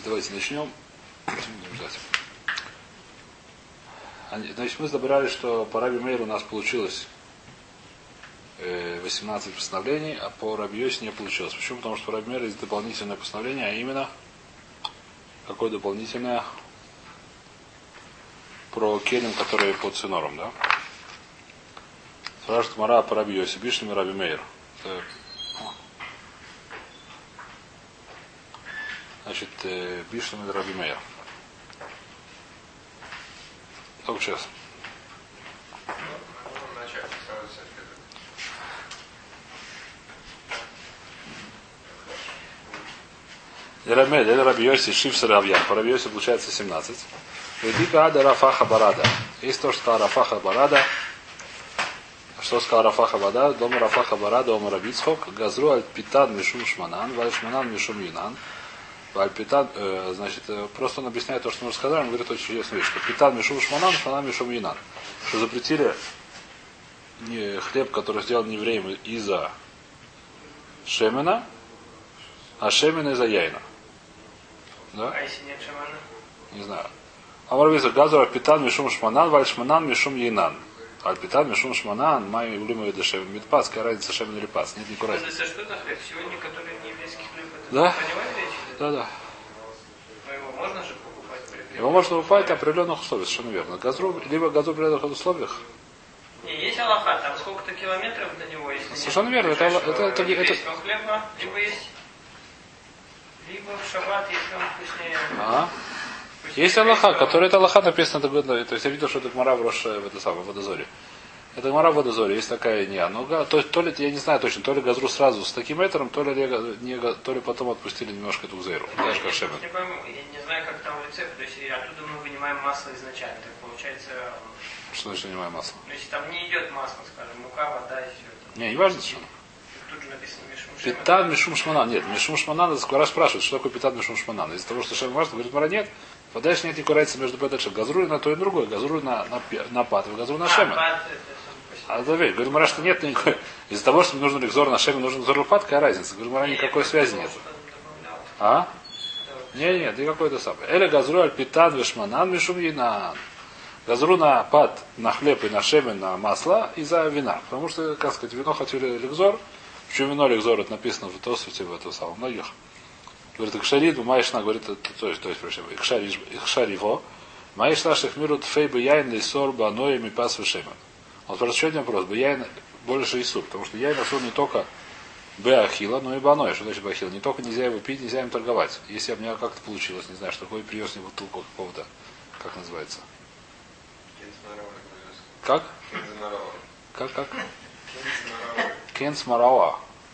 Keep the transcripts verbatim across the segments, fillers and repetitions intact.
Давайте начнем. Значит, мы забрали, что по Раби Мейру у нас получилось восемнадцать постановлений, а по Раби Йоси не получилось. Почему? Потому что по Раби Мейру есть дополнительное постановление, а именно какое дополнительное про келем, которые под цинором, да? Спрашивает Мара по Раби Йоси, Бишнами Раби Мейр. Значит, Бишнами Раби Мейр. Только сейчас. Рамель, это Раби Йоси, Шивса Равьян. По Раби Йоси получается семнадцать. Ведика Ада Рафаха Барада. Есть то, что сказал Рафаха Барада. Что сказал Рафаха Барада? Дома Рафаха Барада, Ома Рабицхок. Газру Альпитан Мишум Шманан, Вальшманан Мишум Юнан. Альпитан, э, значит, просто он объясняет то, что мы рассказали. Он говорит очень интересную вещь. Что Питан Мишум Шманан, Шманан Мишум Юнан. Что запретили не, хлеб, который сделан евреем из-за шемена, а шемена из-за яйна. Да? А если нет шамана? Не знаю. Амарвиза Газура Питан Мишум Шманан, Вальшманан Мишум Яйнан. Альпитан Мишум Шманан, Майми Улимове Дешевин. Мидпас, какая разница шемен или пас? Нет никакой разницы. Это что за хлеб? Сегодня, который не еврейский хлеб, это да? понимаете речь? Да, да. Но его можно же покупать при Его можно покупать при определенных условиях, совершенно верно. Газру, либо газру при определенных условиях. Не, есть Аллаха, там сколько-то километров до него, если совершенно нет, верно. Это, это, это, еврейского это... хлеба, либо есть, либо в шаббат, если он вкуснее. А? Есть Аллаха, который это Аллаха написано, то есть я видел, что это Гмара в Рош, в это самое, в Водозоре. Это Гмара в Водозоре, есть такая не. Но то, то ли, я не знаю точно, то ли газру сразу с таким метром, то ли, не, то ли потом отпустили немножко эту гзейру. Я, я, я не пойму, я не знаю, как там рецепт, то есть оттуда мы вынимаем масло изначально, так получается. Что значит вынимаем масло? То есть там не идет масло, скажем, мука, вода и все это. Не, не важно совершенно. Тут же написано Мишум Шеман. Питан Мишум Шманан. Нет, Мишум Шманан, Сквара спрашивает, что такое Питан Мишум Шманан. Из-за того, что Шем важно, говорит, Мара нет. Подальше нет никакой разницы между Беташем. Газруй на то и другое. Газруй на, на, на пат, газруй на шемен. А да ведь, говорит, Мара, что нет никакой. Из-за того, что мне нужен ликзор на шемен, нужен ликзор на пат, какая разница? Говорит, Мара, никакой связи нет. А? Не, нет, никакой это самое. Эля газруй аль питан вешманан мишум йинан. Газру на пат, на хлеб и на шемен, на масло из-за вина. Потому что, как сказать, вино хотели ликзор. Почему вино ликзор, это написано в Тосфете, в этом самом, многих. Говорит, Икшарит, Майшна, говорит, то есть, то есть, прошу, Икшариво, Майшна шахмирут фейбы яйн лисор баноя мипас вишемен. Он спрашивает еще один вопрос, яйн больше исур, потому что яйн асур не только беахила, но и баноя. Что значит беахила? Не только нельзя его пить, нельзя им торговать. Если у меня как-то получилось, не знаю, что такое, привез мне бутылку какого-то, как называется? Как? Как, как? Кенс Марауа.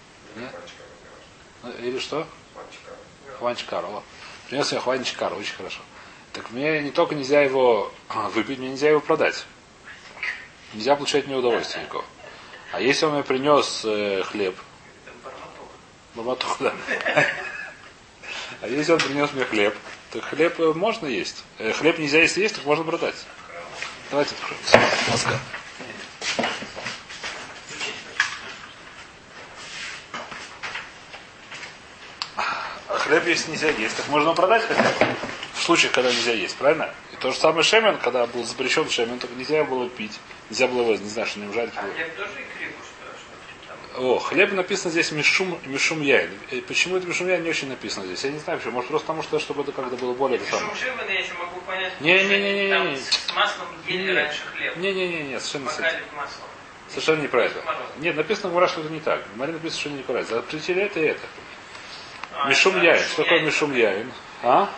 Или что? Хванчкар. Принес мне хванчкар, очень хорошо. Так мне не только нельзя его выпить, мне нельзя его продать. Нельзя получать мне удовольствие никакого. А если он мне принес э, хлеб. Барматух, да. А если он принес мне хлеб, то хлеб можно есть. Э, хлеб нельзя если есть, так можно продать. Давайте откроем. Ласка. Хлеб если нельзя есть, так можно продать хотя бы. В случаях, когда нельзя есть, правильно? И то же самое шемен, когда был запрещен шемен, только нельзя было пить. Нельзя было его, не знаю, что не жарить. А хлеб тоже и крипу, что ли? О, хлеб написано здесь мишум, мишум яйн. Почему это мишум яйн не очень написано здесь? Я не знаю почему. Может просто потому, что чтобы это как-то было более это самое. Мишум шемен я еще могу понять. Не, не, не, не, там не, с маслом ели раньше хлеб. Не, не, не, не, совершенно не. Масло. Совершенно неправильно. Нет, написано в что это не так. В Маре написано, что не неправильно. Запретили это и это. А, мишум яйн. Что такое мишум яйн? А?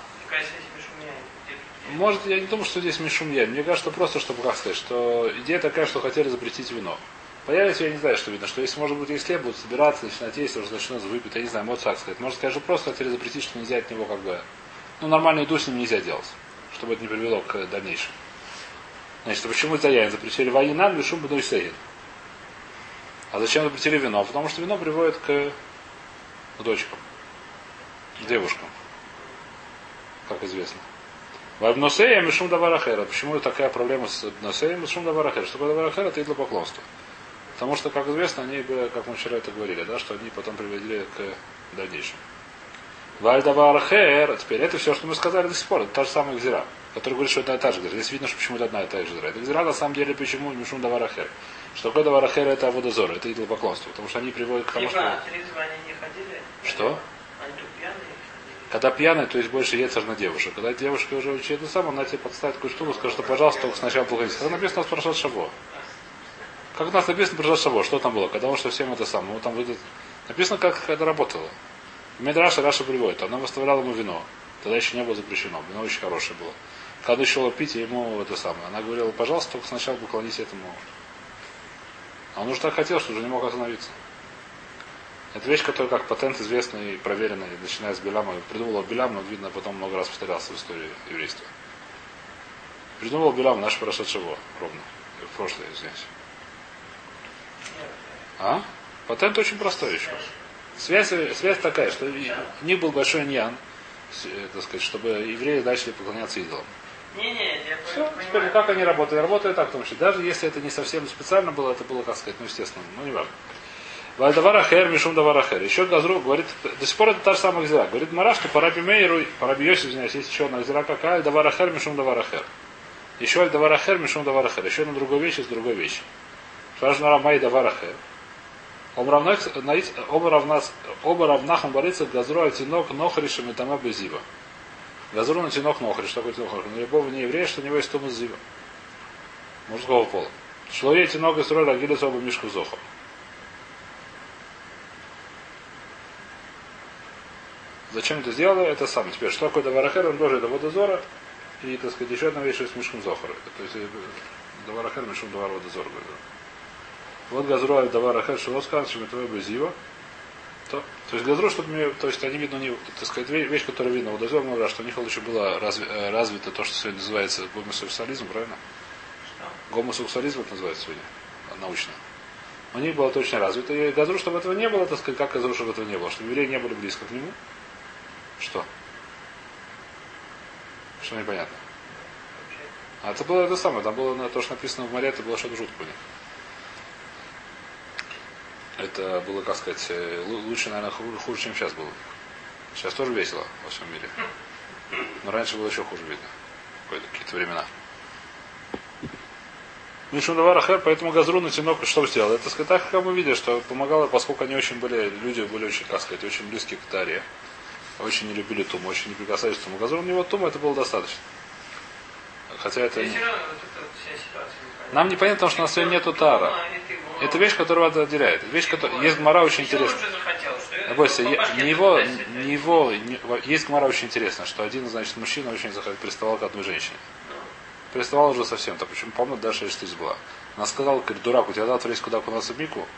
Может, я не думаю, что здесь мишум яйн. Мне кажется, просто, чтобы как сказать, что идея такая, что хотели запретить вино. Появится, я не знаю, что видно, что если, может быть, если будут собираться, начинать есть, уже начнут выпить, я не знаю, может так сказать. Может, скажу, просто хотели запретить, что нельзя от него как бы. Ну, нормальную еду с ним нельзя делать, чтобы это не привело к дальнейшему. Значит, почему это яйн запретили вайнан, мишум бну сейн? А зачем запретили вино? Потому что вино приводит к, к дочкам. К девушкам. Как известно. В Носея Мишум Даварахера. Почему такая проблема с Носеем Мишум Даварахера? Что такое Даварахера? Это идолопоклонство. Потому что, как известно, они, как мы вчера это говорили, да, что они потом приводили к дальнейшему. Вальдавархер, теперь это все, что мы сказали до сих пор, это та же самая гзира, который говорит, что это одна и та же гзира. Здесь видно, что почему-то одна и та же гзира. Это гзира на самом деле почему Мишум Даварахер. Что такое Даварахер это Аводозор, это идолопоклонство, потому что они приводят к тому, что... не ходили? Что? Они тут пьяные? Когда пьяный, то есть больше ецер на девушек. Когда девушка уже учит это сам, она тебе подставит какую штуку, скажет, что пожалуйста, только сначала благовестие. Как написано у нас Парашат Шаво. Как у нас написано Парашат Шаво, что там было? Когда он что всем это самое. Вот там выйдет... Написано, как это работало. Медраша Раша приводит, она выставляла ему вино. Тогда еще не было запрещено. Вино очень хорошее было. Когда еще пить, ему это самое. Она говорила, пожалуйста, только сначала поклонись этому. А он уже так хотел, что уже не мог остановиться. Это вещь, которая как патент известный и проверенный, начиная с Биляма. Придумывал Билям, но видно, потом много раз повторялся в истории еврейства. Придумывал Билям наш Парашат Шаво, ровно. В прошлое, извиняюсь. А? Патент очень простой еще. Связь, связь такая, что у них был большой ньян, так сказать, чтобы евреи начали поклоняться идолам. Не, не, я Все, понимаю. теперь как они работают? Работают так, потому что даже если это не совсем специально было, это было, как сказать, ну естественно, ну не важно. Вальдаварахер, Мишум Даварахер. Еще Газру говорит, до сих пор это та же самая гзира. Говорит Мара, что по Раби Мейру, по Раби Йоси, извиняюсь, есть еще одна гзира какая, Даварахер, Мишум Даварахер. Еще Альдаварахер, Мишум Даварахер. Еще на другой вещи, с другой вещи. Важно Рамай Даварахер. Оба равнахам борется Газру альтинок нохришем и тама безива. Газру на тинок нохриш, что такое тинок нохриш? На любого не еврея, что у него есть тумус зива. Мужского пола. Шло ей тинок и строили агилец оба мишку зохар. Зачем это сделали? Это самое. Теперь, что такое Даварахер? Он тоже это водозора. И, так сказать, еще одна вещь с мишком зохара. То есть, Даварахер, мишком давар водозора. Вот Газру Даварахер, что сказано, что это безива. То, то есть Газру, чтобы мне, то есть они видно, не, так сказать, вещь, которая видно у Дозора, много раз, что у них еще было разви, развито то, что сегодня называется гомосексуализм, правильно? Что? Гомосексуализм это называется сегодня, научно. У них было точно развито. И Газру, чтобы этого не было, так сказать, как Газру, чтобы этого не было, чтобы евреи не были близко к нему. Что? Что непонятно? А это было это самое, там было то, что написано в море, это было что-то жуткое у них. Это было, как сказать, лучше, наверное, хуже, чем сейчас было. Сейчас тоже весело во всем мире. Но раньше было еще хуже видно. Какие-то времена. Мишум Даварахер, поэтому Газру на Тинок что сделал? Это, сказать, так, как мы видели, что помогало, поскольку они очень были, люди были очень, как сказать, очень близки к Таре. Очень не любили Туму, очень не прикасались к Туму. Газру у него Тума, это было достаточно. Хотя это... Не... Нам непонятно, потому что у нас сегодня нету Тара. Это вещь, которую это отделяет. Вещь, которая... Есть гмара очень интересная. Бойся, не его, не его, не... есть гмара очень интересная, что один, значит, мужчина очень приставал к одной женщине. Приставал уже совсем. Так почему помню, даже шесть тысяч была. Она сказала, говорит, дурак, у тебя завтра есть куда окунаться в мику?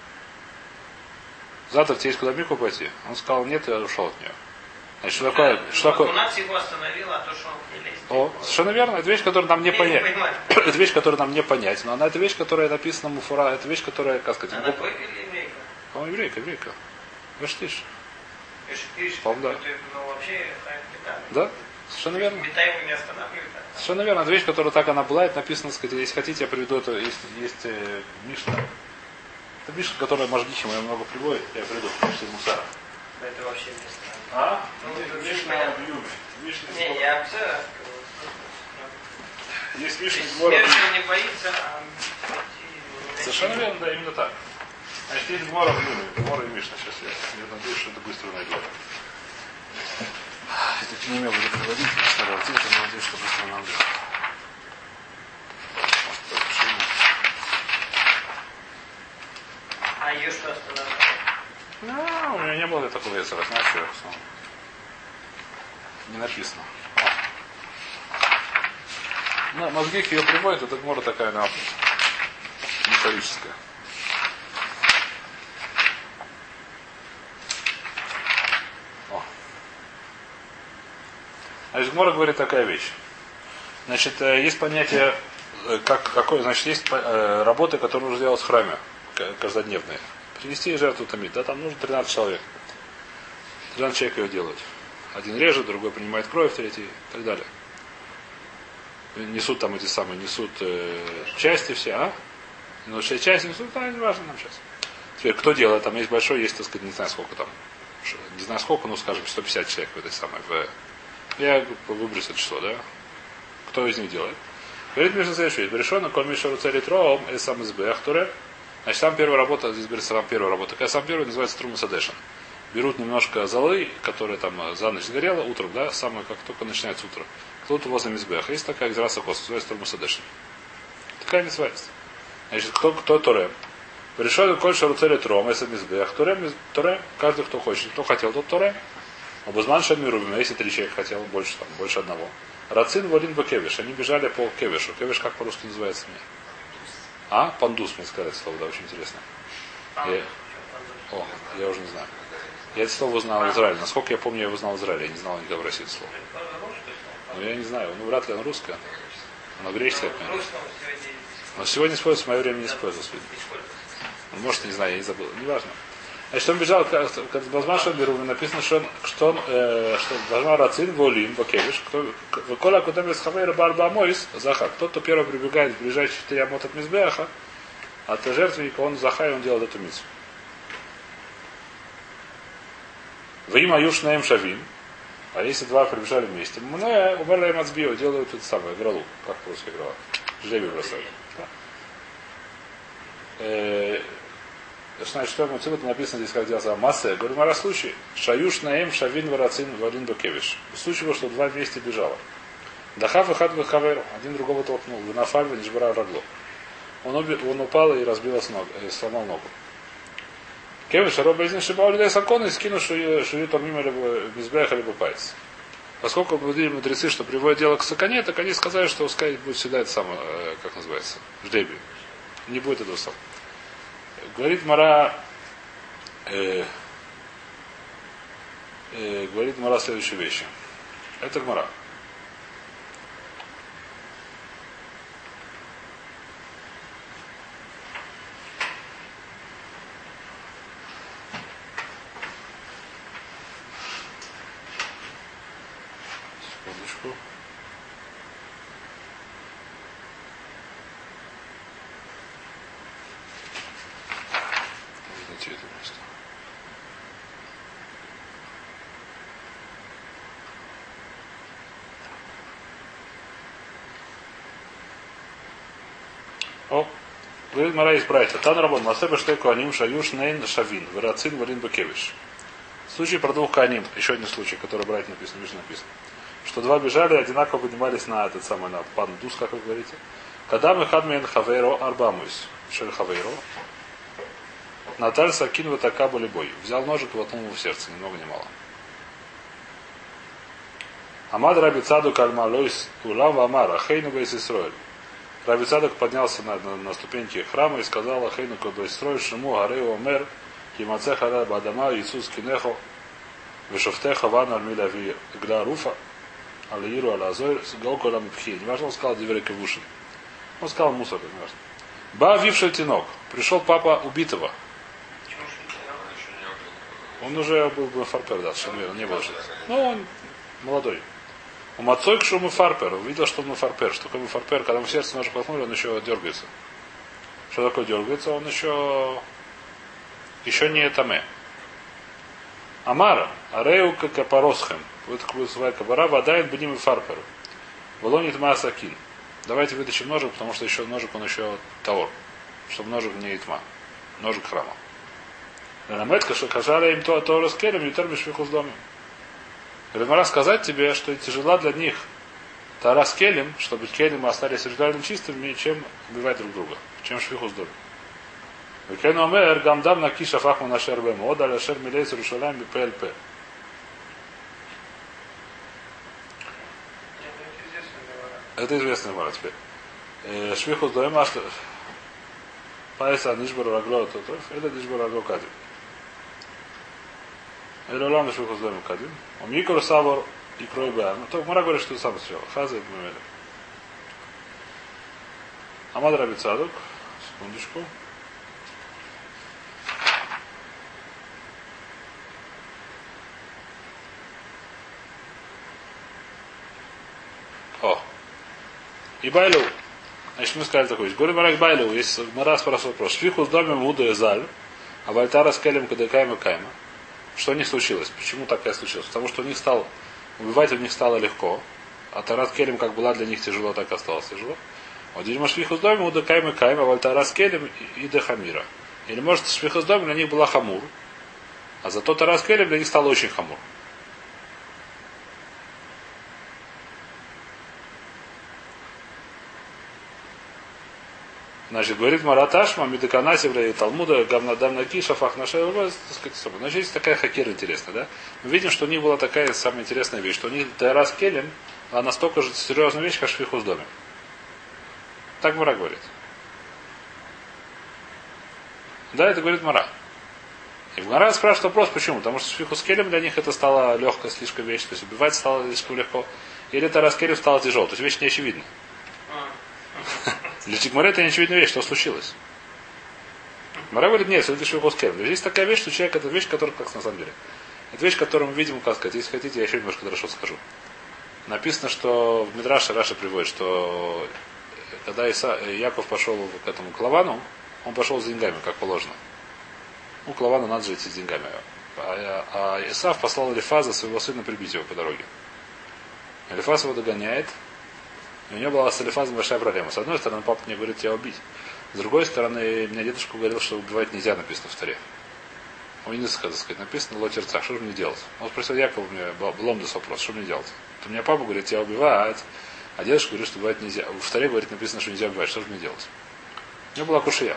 Завтра тебе есть куда в мику пойти? Он сказал, нет, и я ушел от нее. Значит, что такое? Что такое? Его остановила, а то, что он не лезет. О, совершенно верно. Это вещь, которую нам не понять. Это вещь, которую нам не понять. Но она это вещь, которая написана Муфура. Это вещь, которая, как сказать, она гопа или еврейка? По-моему, еврейка, еврейка. Вештиш. Вештиш. По-моему, да. Ну, вообще, да? Совершенно верно. Питаем не останавливает. Совершенно верно. Это вещь, которая так она была, это написано, сказать, если хотите, я приведу это. Есть, есть э, Мишна. Это Мишна, которая Машгихи моя много приводит. Я приведу, потому что из Мусара. Это вообще Мишна. А? Ну, ну Мишна в Юме. Не, я все. Есть Мишна из Гмора. Не боится, а... Совершенно верно, да, именно так. Значит, есть Гмора в Юме. Гмора и Мишна. Сейчас я, я надеюсь, что это быстро найду. Это не умел буду приводить, старый отец, но надеюсь, что быстро найду. Может, почему? А ее что останавливает? Ну, у меня не было такого яйца, знаешь, что не написано. О. Ну, Мозгих ее приводит, это гмора такая, она металлическая. О. Значит, гмора говорит такая вещь. Значит, есть понятие, как, какое, значит, есть работы, которые нужно делать в храме, каждодневные. Принести жертву тамид, да, там нужно тринадцать человек. тринадцать человек ее делают. Один режет, другой принимает кровь, третий и так далее. Несут там эти самые, несут э, части все, а? Ну, все части несут, да, не важно нам сейчас. Теперь, кто делает, там есть большой, есть, так сказать, не знаю сколько там. не знаю сколько, ну скажем, сто пятьдесят человек в этой самой. В, я выбросил число, да? Кто из них делает? Говорит Миша следующее. Решено, коль Миша руцелит роом, и сам из Бехтуре. Значит, там первая работа, здесь говорится, там первая работа. Какая сам первая, называется Трума Садешин. Берут немножко золы, которая там за ночь сгорела, утром, да, самое, как только начинается утро. Кто-то возле Мизбеха. Есть такая экзраса коса, называется Трума Садешин. Такая митцва. Значит, кто, кто Торем? Решили коль шаруцелит роом, если Мизбех. Торем, Торем, каждый, кто хочет. Кто хотел, тот Торем. Обузман Шамирубим, если три человека хотел, больше, там, больше одного. Рацин Валин Бакевиш. Они бежали по Кевишу. Кевиш как по-русски называется мне? А? Пандус, мне сказали слово, да, очень интересно. Я... О, я уже не знаю. Я это слово узнал в Израиле. Насколько я помню, я его знал в Израиле. Я не знал никогда в России это слово. Ну, я не знаю. Ну, вряд ли оно русское. Оно греческое, конечно. Но сегодня используется, в мое время не используется. Ну, может, не знаю, я не забыл. Неважно. Значит, он бежал, как Базман Шамберу, написано, что он, что он, э, что Базман Рацин, Волин, Бакевиш, кто, Кола, куда без Хавейра Барба Мойс, Заха, тот, кто первый прибегает в ближайшие четыре амот от Мизбеха, от жертвенника, он Заха, и он делает эту миссу. Вы им аюш наем шавин, а если два прибежали вместе, мне умерли им отсбио, делают это самое, игралу, как по-русски играла, жребий бросают. Да. Э, Значит, что мотивы написано здесь, как делается масса. Говорю, мара случай. Шаюш наем шавин варацин валин бакевиш. Случай был, что два вместе бежало. Дахав и хад вахаверу. Один другого толкнул. Винафаль ванишбара рагло. Он, он упал и разбил ногу, сломал ногу. Кевиш, роба из них шибал людей сакона и скинул шую тормима либо безбеха либо пайц. Поскольку были мудрецы, что приводят дело к саконе, так они сказали, что сказать будет всегда это самое, как называется, жребий. Не будет этого самого. Говорит Мара, э, э, говорит Мара следующие вещи. Это Мара. Секундочку. Это место. О, говорит Мара из Брайта. Тан Рабон, Масеба Штеку Аним Шаюш Нейн Шавин, Верацин Валин Бакевиш. Случай про двух Каним, еще один случай, который Брайт написан, Миш написан. Что два бежали, одинаково поднимались на этот самый, на пандус, как вы говорите. Когда мы хадмен хавейро арбамуис, шель хавейро, Наталь Сакин Ватака Болибой. Взял ножик и воткнул его в сердце, ни много ни мало. Амад Раби Цадук Аль-Малойс Улам Вамара, Хейну Бейс Исроэль. Раби Цадук поднялся на, на, на ступеньки храма и сказал Хейну Бейс Исроэль, Шиму Гареу Омер, Кимаце Хара Бадама, Иисус Кинехо, Вишофтеха Вану Альмиля Ви Гля Руфа, Алииру Алазойр, Гаукола Мипхи. Не важно, он сказал Дивере Кевушин. Он сказал мусор, не важно. Ба Вивший Тинок. Пришел папа убитого. Он уже был бы фарпер, да, он не был жить. Ну, он молодой. У Мацой к шуму фарпер. Увидел, что он фарпер. Что такое фарпер? Когда ему в сердце ножик воткнули, он еще дергается. Что такое дергается? Он еще еще не таме. Амара. Арею капаросхем. Вот как называют кабара. Вадайн будем и фарпер. Волонит маасакин. Давайте вытащим ножик, потому что еще ножик, он еще таор. Чтобы ножик не итма. Ножик храма. Наметка, что кажали им то, то раскелем, ютер бешвиху с домом. Говорит, сказать тебе, что тяжело для них тарас келем, чтобы келем остались ритуально чистыми, чем убивать друг друга, чем швиху с домом. Векену омер, гамдам на киша фахму на шербем, ода ля шер милейс рушалам би ПЛП. Это известный мара теперь. Швиху с домом, а что? Пайса нишбару рагло, это нишбару рагло кадим. Или улам на швиху с домом кадим. У Микро Савор и Крой Бэм. То Мара говорит, что сам сначала. Хаза и Бмемель. Амад Раби Цадук. Секундочку. О. И Байлу. Значит, мы сказали такой. Говорим Марак Байлу. Есть Мара спрашивает вопрос. Швиху с домом Муда и Заль. А Вальтара с Келем Кадекайма Кайма. Что у них случилось? Почему такая случилось? Потому что у них стало, убивать у них стало легко, а Тарас Келем как была для них тяжело, так и осталось тяжело. Вот Дильма Швихус Домим, Уда Кайма Кайма, Валь Тарас Келем и Дехамира. Или может Швихус Домим для них была хамур, а зато Тарас Келем для них стало очень хамур. Значит, говорит Мараташма, Мидаканасивра и Талмуда, Гамнадам Накиша, Фахнаша, так сказать, значит, есть такая хакера интересная, да? Мы видим, что у них была такая самая интересная вещь, что у них Тарас Келем, а настолько же серьезная вещь, как Швихус Домим. Так Мара говорит. Да, это говорит Мара. И Мара спрашивает вопрос, почему? Потому что Швихус Келем для них это стало легкая слишком вещь, то есть убивать стало слишком легко. Или Тарас Келем стало тяжело, то есть вещь не очевидна. Для Чикмаре это не очевидная вещь, что случилось. Мара говорит, нет, это Швихус Келем. Здесь такая вещь, что человек, это вещь, которая, как на самом деле. Это вещь, которую мы видим, как сказать, если хотите, я еще немножко хорошо скажу. Написано, что в Мидраше Раша приводит, что когда Иса, Яков пошел к этому к Лавану, он пошел с деньгами, как положено. Ну, к Лавану надо же идти с деньгами. А, а Исав послал Элифаза своего сына прибить его по дороге. Элифаз его догоняет, и у него была с Элифазом большая проблема. С одной стороны, папа мне говорит, тебя убить. С другой стороны, меня дедушка говорил, что убивать нельзя, написано в Торе. У него, так сказать, написано лотерца, что же мне делать? Он спросил Якова, мне Ломдус вопрос, что мне делать? То у меня папа говорит, тебя убивают, а дедушка говорит, что убивать нельзя. В Торе говорит, написано, что нельзя убивать, что же мне делать? У него была кушия.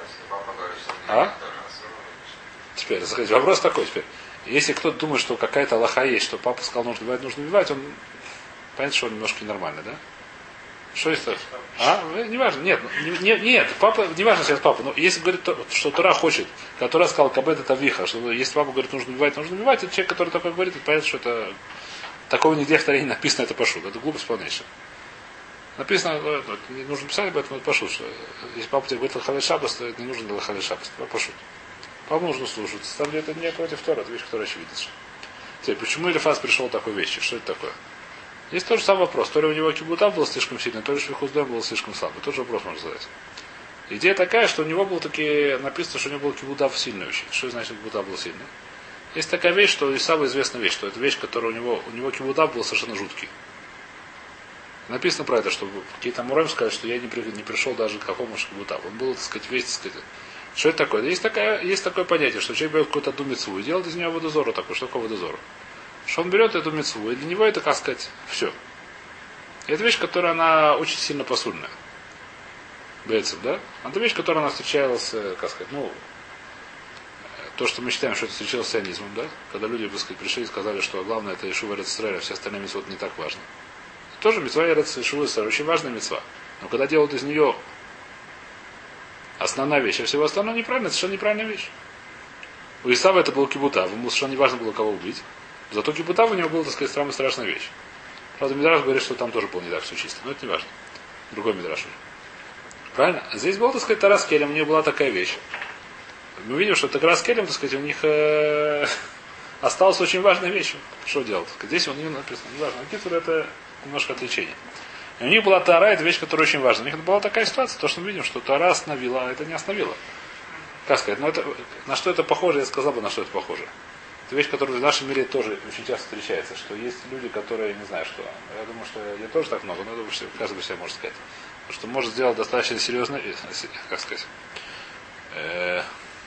А? Теперь, заходите, вопрос такой теперь. Если кто-то думает, что какая-то лоха есть, что папа сказал, нужно убивать, нужно убивать, он понятно, что он немножко ненормальный, да? Что это? А? Не важно. Нет, не, нет, папа, не важно сейчас папа, но если говорит, что Тора хочет, когда Тора сказал Кабет это виха, что если папа говорит, нужно убивать, нужно убивать, это человек, который такой говорит, это понятно, что это такого нигде в Торе не написано, это пошут. Это глупость полнейшая. Написано, ну, не нужно писать об этом, это пошут. Что если папа тебе говорит Лахали Шабас, то это не нужно для Лахали Шабас, это пошут. Папа нужно слушаться. Там это не против Тора, это вещь, которая очевидна. Теперь, почему Элифаз пришел к такой вещи? Что это такое? Здесь тоже самый вопрос. То ли у него кибута был слишком сильный, то ли Швихус Домим был слишком слабый. Тот же вопрос можно задать. Идея такая, что у него был таки написано, что у него был кибудав сильный очень. Что значит кибудав был сильный? Есть такая вещь, что и самая известная вещь, что это вещь, которая у него, у него кибудав был совершенно жуткий. Написано про это, что какие-то мураем сказали, что я не, при, не пришел даже к какому кибудаву. Он был, так сказать, весь, так сказать. Что это такое? Есть, такая, есть такое понятие, что человек берет какую-то одну мицву и делает из нее водозору такой. Что такое водозор? Что он берет эту мицву, и для него это, как сказать, все. И это вещь, которая она очень сильно посульная. Бейцев, да? Это вещь, которая она встречалась, как сказать, ну, то, что мы считаем, что это встречалось с сионизмом, да? Когда люди, так сказать, пришли и сказали, что главное это Ишува Эрец Исраэль, а все остальные мицвот не так важны. Тоже мицва Эрец Ишува Исраэль, очень важная мицва. Но когда делают из нее основная вещь, а всего остального неправильно, совершенно неправильная вещь. У Исава это был кибутав, ему совершенно не важно было кого убить. Зато кибутав у него была, так сказать, самая страшная вещь. Правда, Мидраш говорит, что там тоже было не так все чисто, но это не важно. Другой Мидраш. Правильно? Здесь был, так сказать, Тарас Келем, у него была такая вещь. Мы видим, что Тарас Келем, так сказать, у них э, осталась очень важная вещь. Что делать? Здесь у них написано, не важно. Китур это немножко отвлечение. И у них была Тара, это вещь, которая очень важна. У них была такая ситуация, то, что мы видим, что Тара остановила, а это не остановила. Как сказать? Но это, на что это похоже, я сказал бы, на что это похоже. Это вещь, которая в нашем мире тоже очень часто встречается, что есть люди, которые, не знаю, что. Я думаю, что я тоже так много, но я думаю, что каждый бы себя может сказать. Что может сделать достаточно серьезно, как сказать. Э,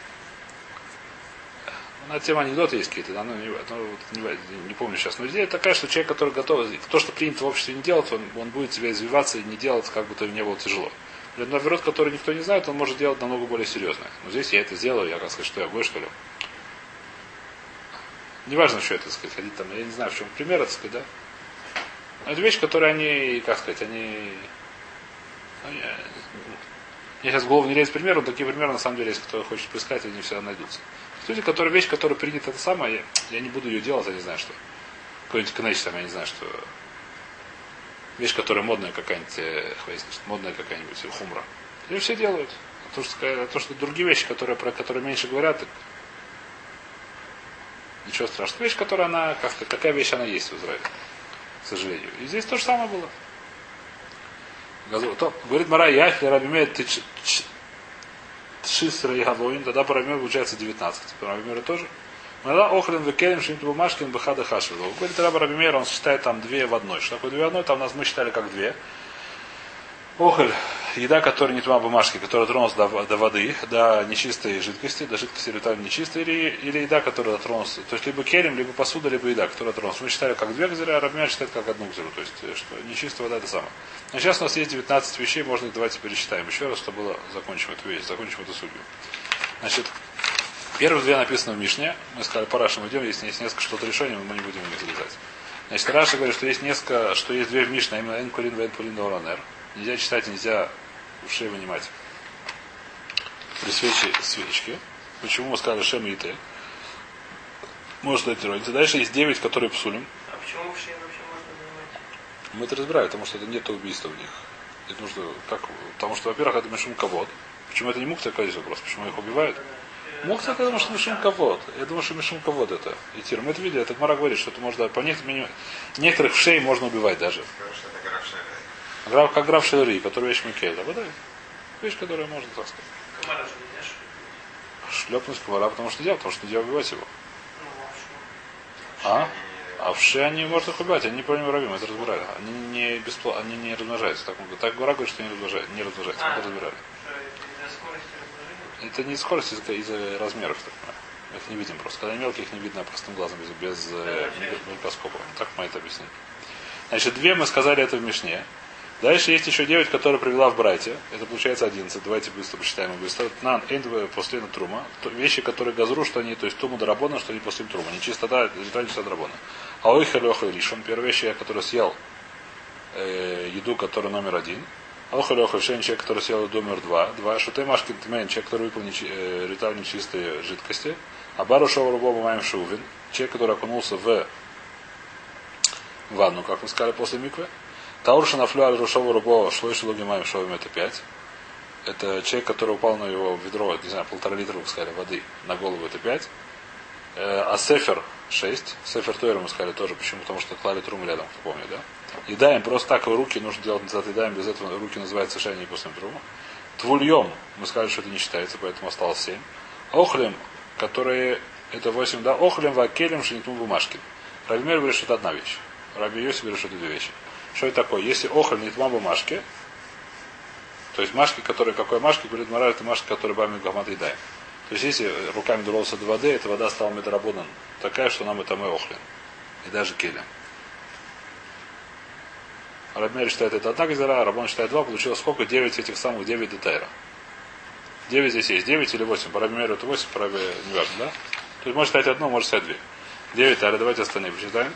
на тему анекдота есть какие-то, да, ну, не, ну, не, не помню сейчас. Но идея такая, что человек, который готов, то, что принято в обществе не делать, он, он будет себя извиваться и не делать, как бы то ни было тяжело. Или наоборот, который никто не знает, он может делать намного более серьезное. Но здесь я это сделаю, я как сказать, что я гой, что ли. Неважно, что это, так сказать, ходить там, я не знаю, в чем пример, так сказать, да. Но это вещь, которую они, как сказать, они... Ну, я, я сейчас в голову не лезет пример, но такие примеры, на самом деле, если кто хочет поискать, они всегда найдутся. Люди, которые вещь, которая принята это самое, я, я не буду ее делать, я не знаю, что. Какой-нибудь коннект там, я не знаю, что. Вещь, которая модная какая-нибудь, модная какая-нибудь хумра. Ее все делают. А то, что, а то, что другие вещи, которые, про которые меньше говорят, так... Ничего страшного. Вещь, которая она, как сказать, какая вещь она есть в Израиле. К сожалению. И здесь то же самое было. То, говорит Мара Яхли, Рабимер Шисра и Гавоин, тогда Парамир получается девятнадцать. Парамира тоже. Мала охрен векелем шимт бумажкин бхада хашвило. Говорит Раба Рабимер, он считает там две в одной. Что такое две в одной? Там нас мы считали как две. Охоль, еда, которая не тума бумажки, которая тронулась до, до воды, до нечистой жидкости, до жидкости ритуально нечистой, или, или еда, которая дотронулась, то есть либо келем, либо посуда, либо еда, которая тронулась. Мы считали как две гзира, а Рабимер считает как одну гзиру, то есть что нечистая вода это самое. А сейчас у нас есть девятнадцать вещей, можно их давайте пересчитаем еще раз, чтобы было, закончим эту вещь, закончим эту судью. Значит, первые две написаны в Мишне, мы сказали, по Раши мы идем, если есть несколько что-то решений, мы не будем в них залезать. Значит, Раша говорит, что есть несколько, что есть две в Мишне, а именно Энкулин, Венкулин, Доранер. Нельзя читать, нельзя ушей вынимать при свече свечки. Почему мы сказали Шем и Те? Может дать родиться. Дальше есть девять, которые псулим. А почему ушей вообще можно вынимать? Мы это разбираем, потому что это нет убийства в них. Это нужно, как, потому что, во-первых, это мишум кавод. Почему это не мукта, количество вопрос? Почему их убивают? Мукта, я думаю, что мишум кавод. Я думаю, что мишум кавод это. И тир. Мы это видели, это Гмара говорит, что это можно, по некоторым, некоторых вшей можно убивать даже. Граф, как граф Шелери, который вещь Микель. Да, да. Вещь, которая можно, так сказать. Комара же нельзя шлепнуть. Шлепнуть комара, потому что нельзя, потому что нельзя убивать его. Ну, А? А вши они можно их убивать, они не по нему равим, это разбирали. Они не бесплатно, они не размножаются. Так, так Гора говорит, что не размножаются, не размножаются. Мы это разбирали. Из-за скорости размножения? Это не скорость, это из-за размеров, так понимаю. Их не видим просто. Когда мелкие, их не видно простым глазом, без, без э, микроскопа. Так мы это объяснили. Значит, две мы сказали это в Мишне. Дальше есть еще девять, которые привела в Брайте. Это получается одиннадцать. Давайте быстро посчитаем. Быстро. Нан, энд, после трума. Вещи, которые газру, что они, то есть туму дарабона, что они после трума. Не чистота, ритуально чистота дарабона. А ойха леха лишон. Первая вещь, я, который съел э, еду, которая номер один. А ойха леха лишон, человек, который съел еду номер два. Два. Шутэй машкин тмен, человек, который выпил нечи, э, ритуально чистые жидкости. А бару шоу рубома маем шувин. Человек, который окунулся в ванну, как мы сказали, после миквы. Таурша нафлю аль рушову рубо шло и шелуги маем шовим это пять. Это человек, который упал на его ведро, не знаю, полтора литра, мы сказали, воды на голову это пять. А сефер шесть. Сефер Тойра мы сказали тоже. Почему? Потому что клали труму рядом, кто помнит, да? Едаем просто так его руки, нужно делать назад едаем, без этого руки называются совершенно не после труму. Твульем, мы сказали, что это не считается, поэтому осталось семь. Охлем, которые, это восемь, да, охлем, вакелем, шинитму бумажкин. Раби Мер говорит, что это одна вещь. Раби Йоси говорит, что это две вещи. Что это такое? Если охоль не тма бумажки, то есть машки, которые какой машки, говорит Мара, это машки, которые бами гамат едаем. То есть если руками дурался до воды, эта вода стала медорабодан такая, что нам это мы охлин. И даже келем. Раби Мер считает это одна газера, Рабон считает два, получилось сколько? девять этих самых, девять детайра. девять здесь есть, девять или восемь. По Раби Меру это восемь, по Раби не важно, да? То есть может считать одну, может считать две. девять тайра, давайте остальные посчитаем.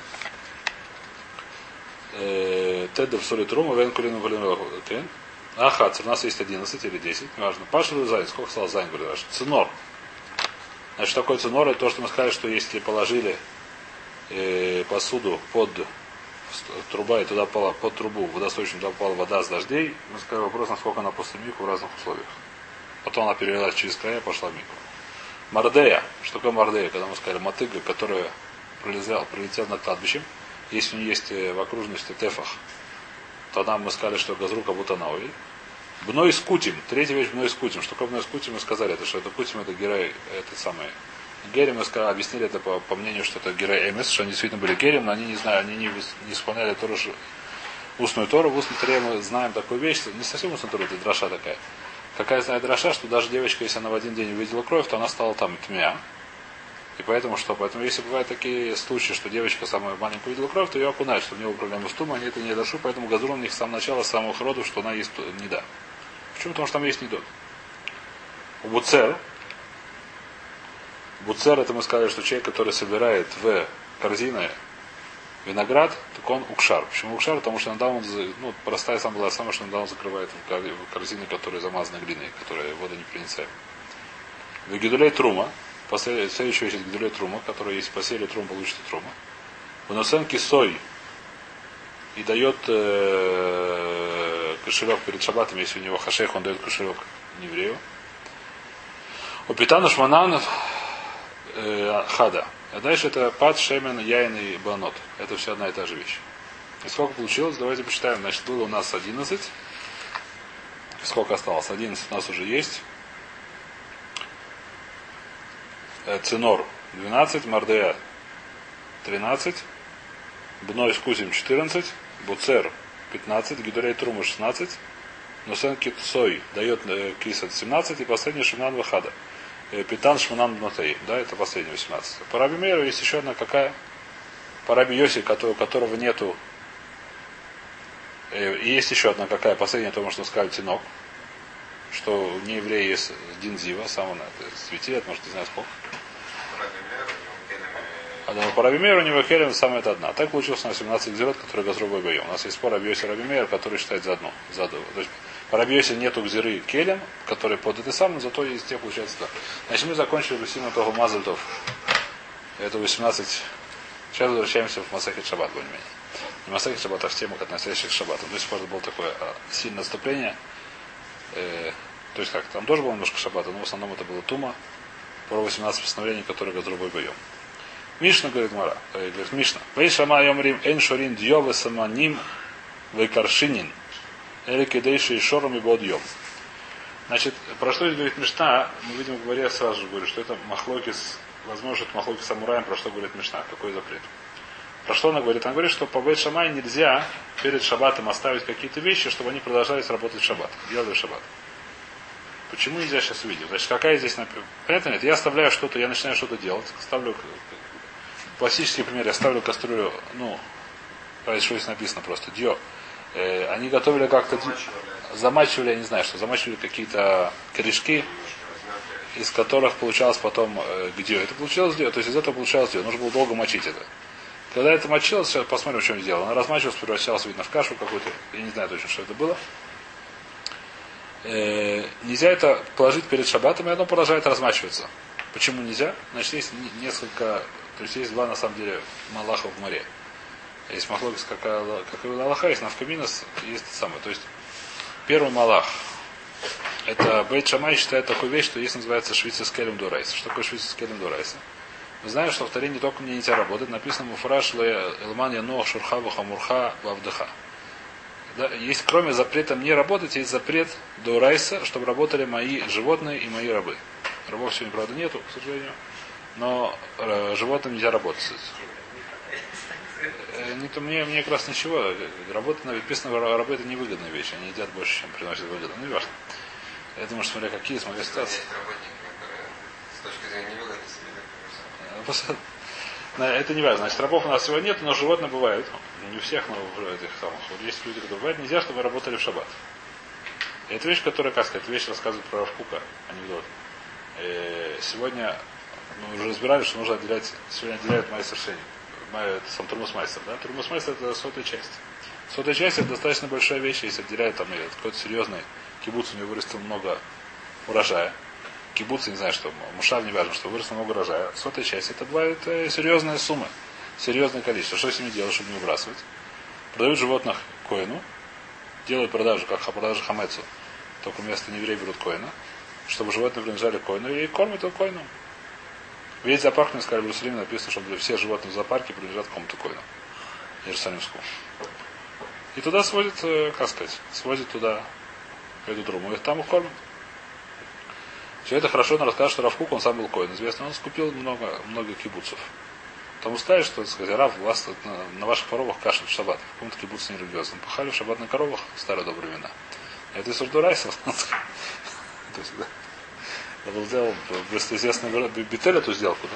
Теддер солит рума, вен кулину валину. Ахац, у нас есть одиннадцать или десять, неважно. Пашу зайн, сколько стало зайн, говорит, цинор. Значит, такой цинор, это то, что мы сказали, что если положили э, посуду под труба и туда попала, под трубу, водосточную туда попала вода с дождей, мы сказали вопрос, насколько она после мику в разных условиях. Потом она перевелась через края, пошла в мику. Мардея, что такое мардея, когда мы сказали мотыга, которая пролетела, пролетела над кладбищем. Если у нее есть в окружности тефах, то нам мы сказали, что газру как будто на овель. Бной скутим. Третья вещь бной скутим. Что такое бной скутим, мы сказали, это что это кутим, это герой, это самое. Гери мы сказали, объяснили это по, по мнению, что это герой Эмис, что они действительно были герем, но они не знаю, они не, не исполняли Тору, устную Тору. В устной Торе мы знаем такую вещь, не совсем устная Тора, это дроша такая. Какая знает дроша, что даже девочка, если она в один день увидела кровь, то она стала там тмя. И поэтому что? Поэтому если бывают такие случаи, что девочка самая маленькая увидела кровь, то ее окунают, что у нее проблемы с тумой, они это не дошу, поэтому газру у них с самого начала, с самых родов, что она есть не да. Почему? Потому что там есть недот. У Буцер. Буцер это мы сказали, что человек, который собирает в корзины виноград, так он укшар. Почему укшар? Потому что иногда он, ну, простая сама была самая, что иногда он закрывает в корзины, которые замазаны глиной, которые водонепроницаемы. В Гидулей Трума. Следующая вещь это гидулей трума, которая если посеяли трум, получится трума. В носенке сой и дает э, кошелек перед шаббатом, если у него хашех, он дает кошелек еврею. У питану шманан э, хада. А дальше это пад, шемен, яин и банот. Это все одна и та же вещь. И сколько получилось? Давайте посчитаем. Значит, было у нас одиннадцать. Сколько осталось? одиннадцать у нас уже есть. Цинор двенадцать, Мардея тринадцать, Бной Скузим четырнадцать, Буцер пятнадцать, Гидурей Трума шестнадцать, Нусен Китсой дает э, Кисат семнадцать и последний Шимнан Вахада. Э, Питан Шманан Бнотей. Да, это последний восемнадцать. По Раби Мейру есть еще одна какая? По Раби Йоси, у которого нету. Э, и есть еще одна какая? Последняя, то можно сказать, Тинок. Что у нееврея есть Динзива, сам он это светит, может, не знаю сколько. А да, по Раби Мейру у него Хелем самая это одна. Так получилось на семнадцать гзирот, которые Газрубой боем. У нас есть спор Раби Йоси Раби Мейр, который считает за одну. За две. То есть по Раби Йоси нету гзиры Келем, которые под это самое, зато есть те, получается, да. Значит, мы закончили Бусима того Мазальтов. Это восемнадцать. Сейчас возвращаемся в Масахет Шаббат, более-менее. Не Масахет Шаббат, а в темах, относящихся к Шаббату. До сих пор было такое а, сильное отступление. Э, то есть как, там тоже было немножко Шаббата, но в основном это было Тума. Про восемнадцать постановлений, которые Газрубой боем. Мишна говорит Мара, э, говорит Мишна. Вей шама йом рим эн шорин дьёвы саманим вейкаршинин. Эрикидейши и шором и bod йом. Значит, про что здесь говорит Мишна, мы видим в говоре сразу же говорю, что это махлокис, возможно, это махлокис самураем, про что говорит Мишна, какой запрет. Про что она говорит? Она говорит, что по Бейт Шамай нельзя перед шаббатом оставить какие-то вещи, чтобы они продолжались работать в шаббат. Делали шаббат. Почему нельзя сейчас увидеть? Значит, какая здесь например? Понятно нет? Я оставляю что-то, я начинаю что-то делать. Ставлю классический пример, я ставлю кастрюлю, ну, что здесь написано просто, дьё. Э, они готовили как-то, замачивали, я не знаю что, замачивали какие-то корешки, из которых получалось потом э, где. Это получилось дьё, то есть из этого получалось дьё. Нужно было долго мочить это. Когда это мочилось, сейчас посмотрим, что он сделал. Она размачивалась, превращалась, видно, в кашу какую-то. Я не знаю точно, что это было. Э, нельзя это положить перед шаббатом, и оно продолжает размачиваться. Почему нельзя? Значит, есть несколько, то есть есть два, на самом деле, малаха в море. Есть махлокис, как, как и Аллаха, есть навкаминос, есть это самое. То есть, первый малах. Это Бейт Шамай считает такую вещь, что есть называется швица с келем дурайса. Что такое швица с келем дурайса? Мы знаем, что в Таре не только мне нельзя работать, написано муфраш элман янох шурха вахамурха вавдыха. Да, есть, кроме запрета мне работать, есть запрет до райса, чтобы работали мои животные и мои рабы. Рабов сегодня, правда, нету, к сожалению. Но э, животным нельзя работать. Э, не то мне, мне как раз ничего. Работа, написано, рабы это невыгодная вещь. Они едят больше, чем приносят выгоду. Ну, не важно. Я думаю, что смотря какие, смотря ситуации. С точки зрения невыгодности. Это не важно. Значит, рабов у нас всего нет, но животные бывают. Не у всех, но в этих самых. Вот есть люди, которые бывают, нельзя, чтобы работали в шаббат. И это вещь, которая, как сказать, вещь рассказывает про Рав Кука, анекдот. И сегодня мы уже разбирали, что нужно отделять, сегодня отделяют майстер шени. Это сам турмус майстер, да? Турмус майстер это сотая часть. Сотая часть это достаточно большая вещь, если отделяют там какой-то серьезный кибуц, у него вырастил много урожая. Кибуц, не знаю, что, мушав не важно, что выросло много урожая. Сотая часть это бывает серьезная сумма, серьезное количество. Что с ними делать, чтобы не выбрасывать? Продают животных коину, делают продажу, как продажу хамецу. Только вместо нееврея берут коина, чтобы животные принадлежали коину и кормят его коину. Весь зоопарк, мне сказали, в Иерусалиме написано, что все животные в зоопарке принадлежат кому-то коину. Иерусалимскому. И туда сводят, как сказать, сводят туда эту труму, и там их кормят. Все это хорошо, но расскажет, что Рав Кук, он сам был коин. Известно, он скупил много, много кибуцев. Потому сказать, что, так сказать, Рав, у вас на, на ваших коровах кашель в шаббат. В каком-то кибуце не религиозном. Пахали в шаббат на коровах в старые добрые времена. Это из Урдурайса. То есть, да. Он сделал, известно, Битель эту сделку,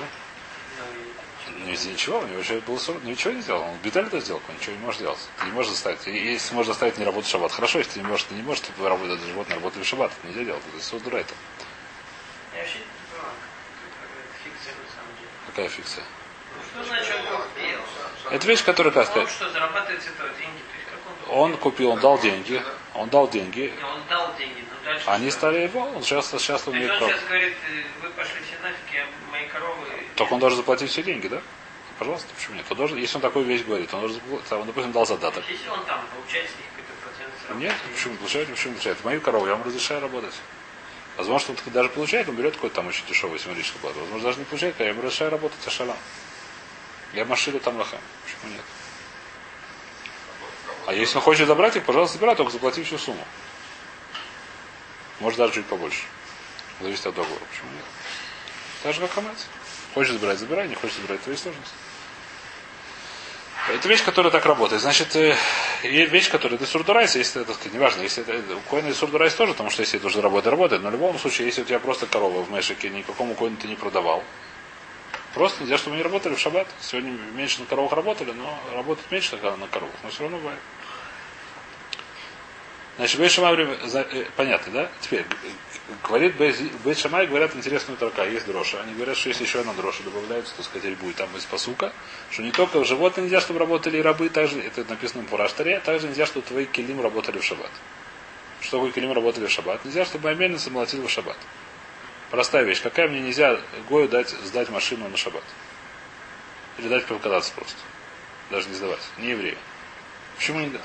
да? Не ничего, у него еще было ничего не сделал. Он Битель эту сделку, ничего не может делать. Ты не можешь заставить. Если можно заставить не работать в шаббат, хорошо, если ты не можешь, ты не можешь, ты работать, животные работали в шаббат. Это нельзя делать. Это из Урдурайса. Я вообще не понимаю, как фикция на самом деле. Какая фикция? Что значит он купил? Это вещь, которая, как сказать... Он что, зарабатывает с этого деньги? То есть, как он... он купил, он дал деньги. Он дал деньги. Не, он дал деньги, но дальше... Они что? стали его, он сейчас, сейчас он имеет он право. сейчас говорит, вы пошли все нафиг, я мои коровы... Только он должен заплатить все деньги, да? Пожалуйста, почему нет? Он должен, если он такую вещь говорит, он должен заплатить, он, допустим, дал задаток. Если он там получает с них какой-то процент... Нет, почему получает, почему получает? Мою корову, я вам разрешаю работать. Возможно, что он даже получает, он берет какой-то там очень дешевый символический плату. Возможно, даже не получает, а я ему разрешаю работать, а шалам. Я машили там лохам. Почему нет? А если он хочет забрать их, пожалуйста, забирай, только заплати всю сумму. Может даже чуть побольше. Зависит от договора. Почему нет? Так же, как хамец. Хочешь забирать, забирай, не хочешь забирать, твои сложности. Это вещь, которая так работает. Значит, э, вещь, которая ты сурдурайс, если это, так сказать, неважно, если это у коина и сурдурайс тоже, потому что если это уже работает, работает. Но в любом случае, если у тебя просто корова в мешике, никакому коину ты не продавал, просто нельзя, чтобы они работали в шаббат. Сегодня меньше на коровах работали, но работают меньше на коровах, но все равно бывает. Значит, Бейт Шамай, понятно, да? Теперь, говорит Бейт Шамай, говорят интересную трака, есть дроша. Они говорят, что если еще одна дроша добавляется, то сказать, будет там из посука, что не только в животные нельзя, чтобы работали и рабы, также, это написано в Пураштаре, также нельзя, чтобы твои килим работали в шаббат. Что такое килим работали в шаббат? Нельзя, чтобы моя мельница молотила в шаббат. Простая вещь. Какая мне нельзя Гою дать, сдать машину на шаббат? Или дать покататься просто. Даже не сдавать. Не еврею. Почему не да?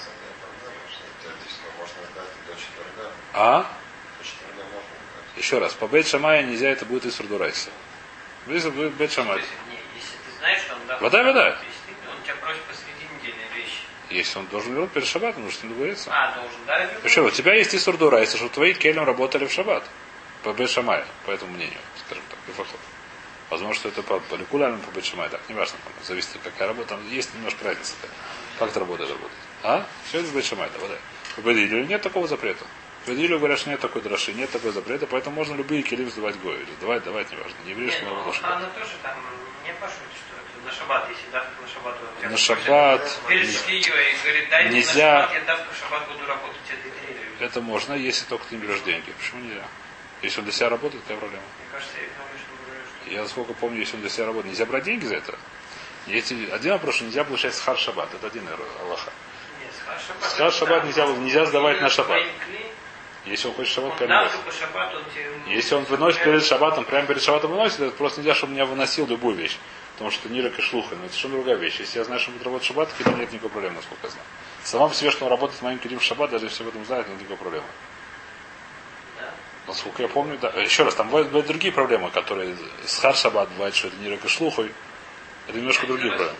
А? Еще раз, по Бейт Шамая нельзя, это будет из Сурдурайса. Если будет Бейт Шамай. Если ты знаешь, что он да, вода, вода. Он тебя просит посреди недельной вещи. Если он должен вернуть перед шаббатом, потому что не договорится. А, должен, да? Еще, у тебя есть и Сурдурайса, что твои келем работали в шаббат. По Бейт Шамая, по этому мнению, скажем так, дефахот. Возможно, что это по Поликулярному, по Бейт Шамая, так, неважно, зависит, какая работа, там есть немножко разница. Как это работает, работает. А? Все это Бейт Шамай, да, вода. В Бейдилю нет такого запрета. В Бейдилю говорят, что нет такой драши, нет такой запрета, поэтому можно любые келим сдавать Гою. Или сдавать, давать, неважно. Не еврейскому ну, работу. она тоже там не пошутит, что это на шаббат, если давка на шаббат. Вот, на шаббат. Перешли ее и говорит, дай мне нельзя. на шаббат, я давка в шаббат буду работать, это тренер. Это можно, если только ты не берешь деньги. Почему нельзя? Если он для себя работает, какая проблема? Мне кажется, я говорю, что говорю, что... Я насколько помню, если он для себя работает, нельзя брать деньги за это. Если один вопрос, что нельзя получать схар шаббат. Это один Аллаха. Нет, схар шаббат. Схар шаббат нельзя, нельзя сдавать на шаббат. Клей, Если он хочет шаббат, он конечно. дал, шаббат, он тебе... Если он выносит перед шаббатом, прямо перед шаббатом выносит, это просто нельзя, чтобы меня выносил любую вещь. Потому что это нирок и шлуха, но это совершенно другая вещь. Если я знаю, что он будет работать в шаббат, то нет никакой проблемы, насколько я знаю. Сама по себе, что он работает с моим килим в шаббат, даже если об этом знает, нет никакой проблемы. Насколько я помню, да. Еще раз, там бывают, бывают другие проблемы, которые с хар шаббат бывает, что это нирок и шлухой. Это немножко другие проблемы.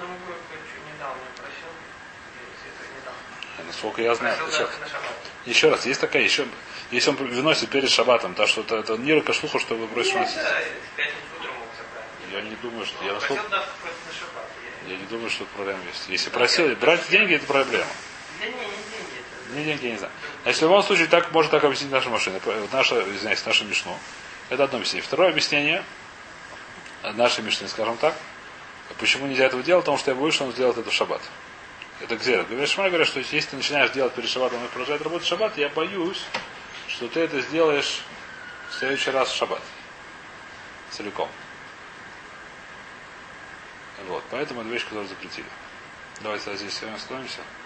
Насколько я знаю. Еще, еще раз, есть такая, еще, если он выносит перед шаббатом, то что это, это нирок и шлуха, что вы бросите выносить. Я не думаю, что я насколько... Я не думаю, что проблема есть. Если просили, брать деньги, это проблема. Да не, не деньги. Не деньги, я не знаю. Значит, в любом случае, так можно так объяснить нашу машину. Наша, извиняюсь, нашу мишну. Это одно объяснение. Второе объяснение нашей мишны, скажем так. Почему нельзя этого делать? Потому что я боюсь, что он сделает это в шаббат. Это где? Говорят, Шмай говорят, что если ты начинаешь делать перед шаббатом и продолжать работать в шаббат, я боюсь, что ты это сделаешь в следующий раз в шаббат. Целиком. Вот. Поэтому это вещь, которую запретили. Давайте здесь с вами остановимся.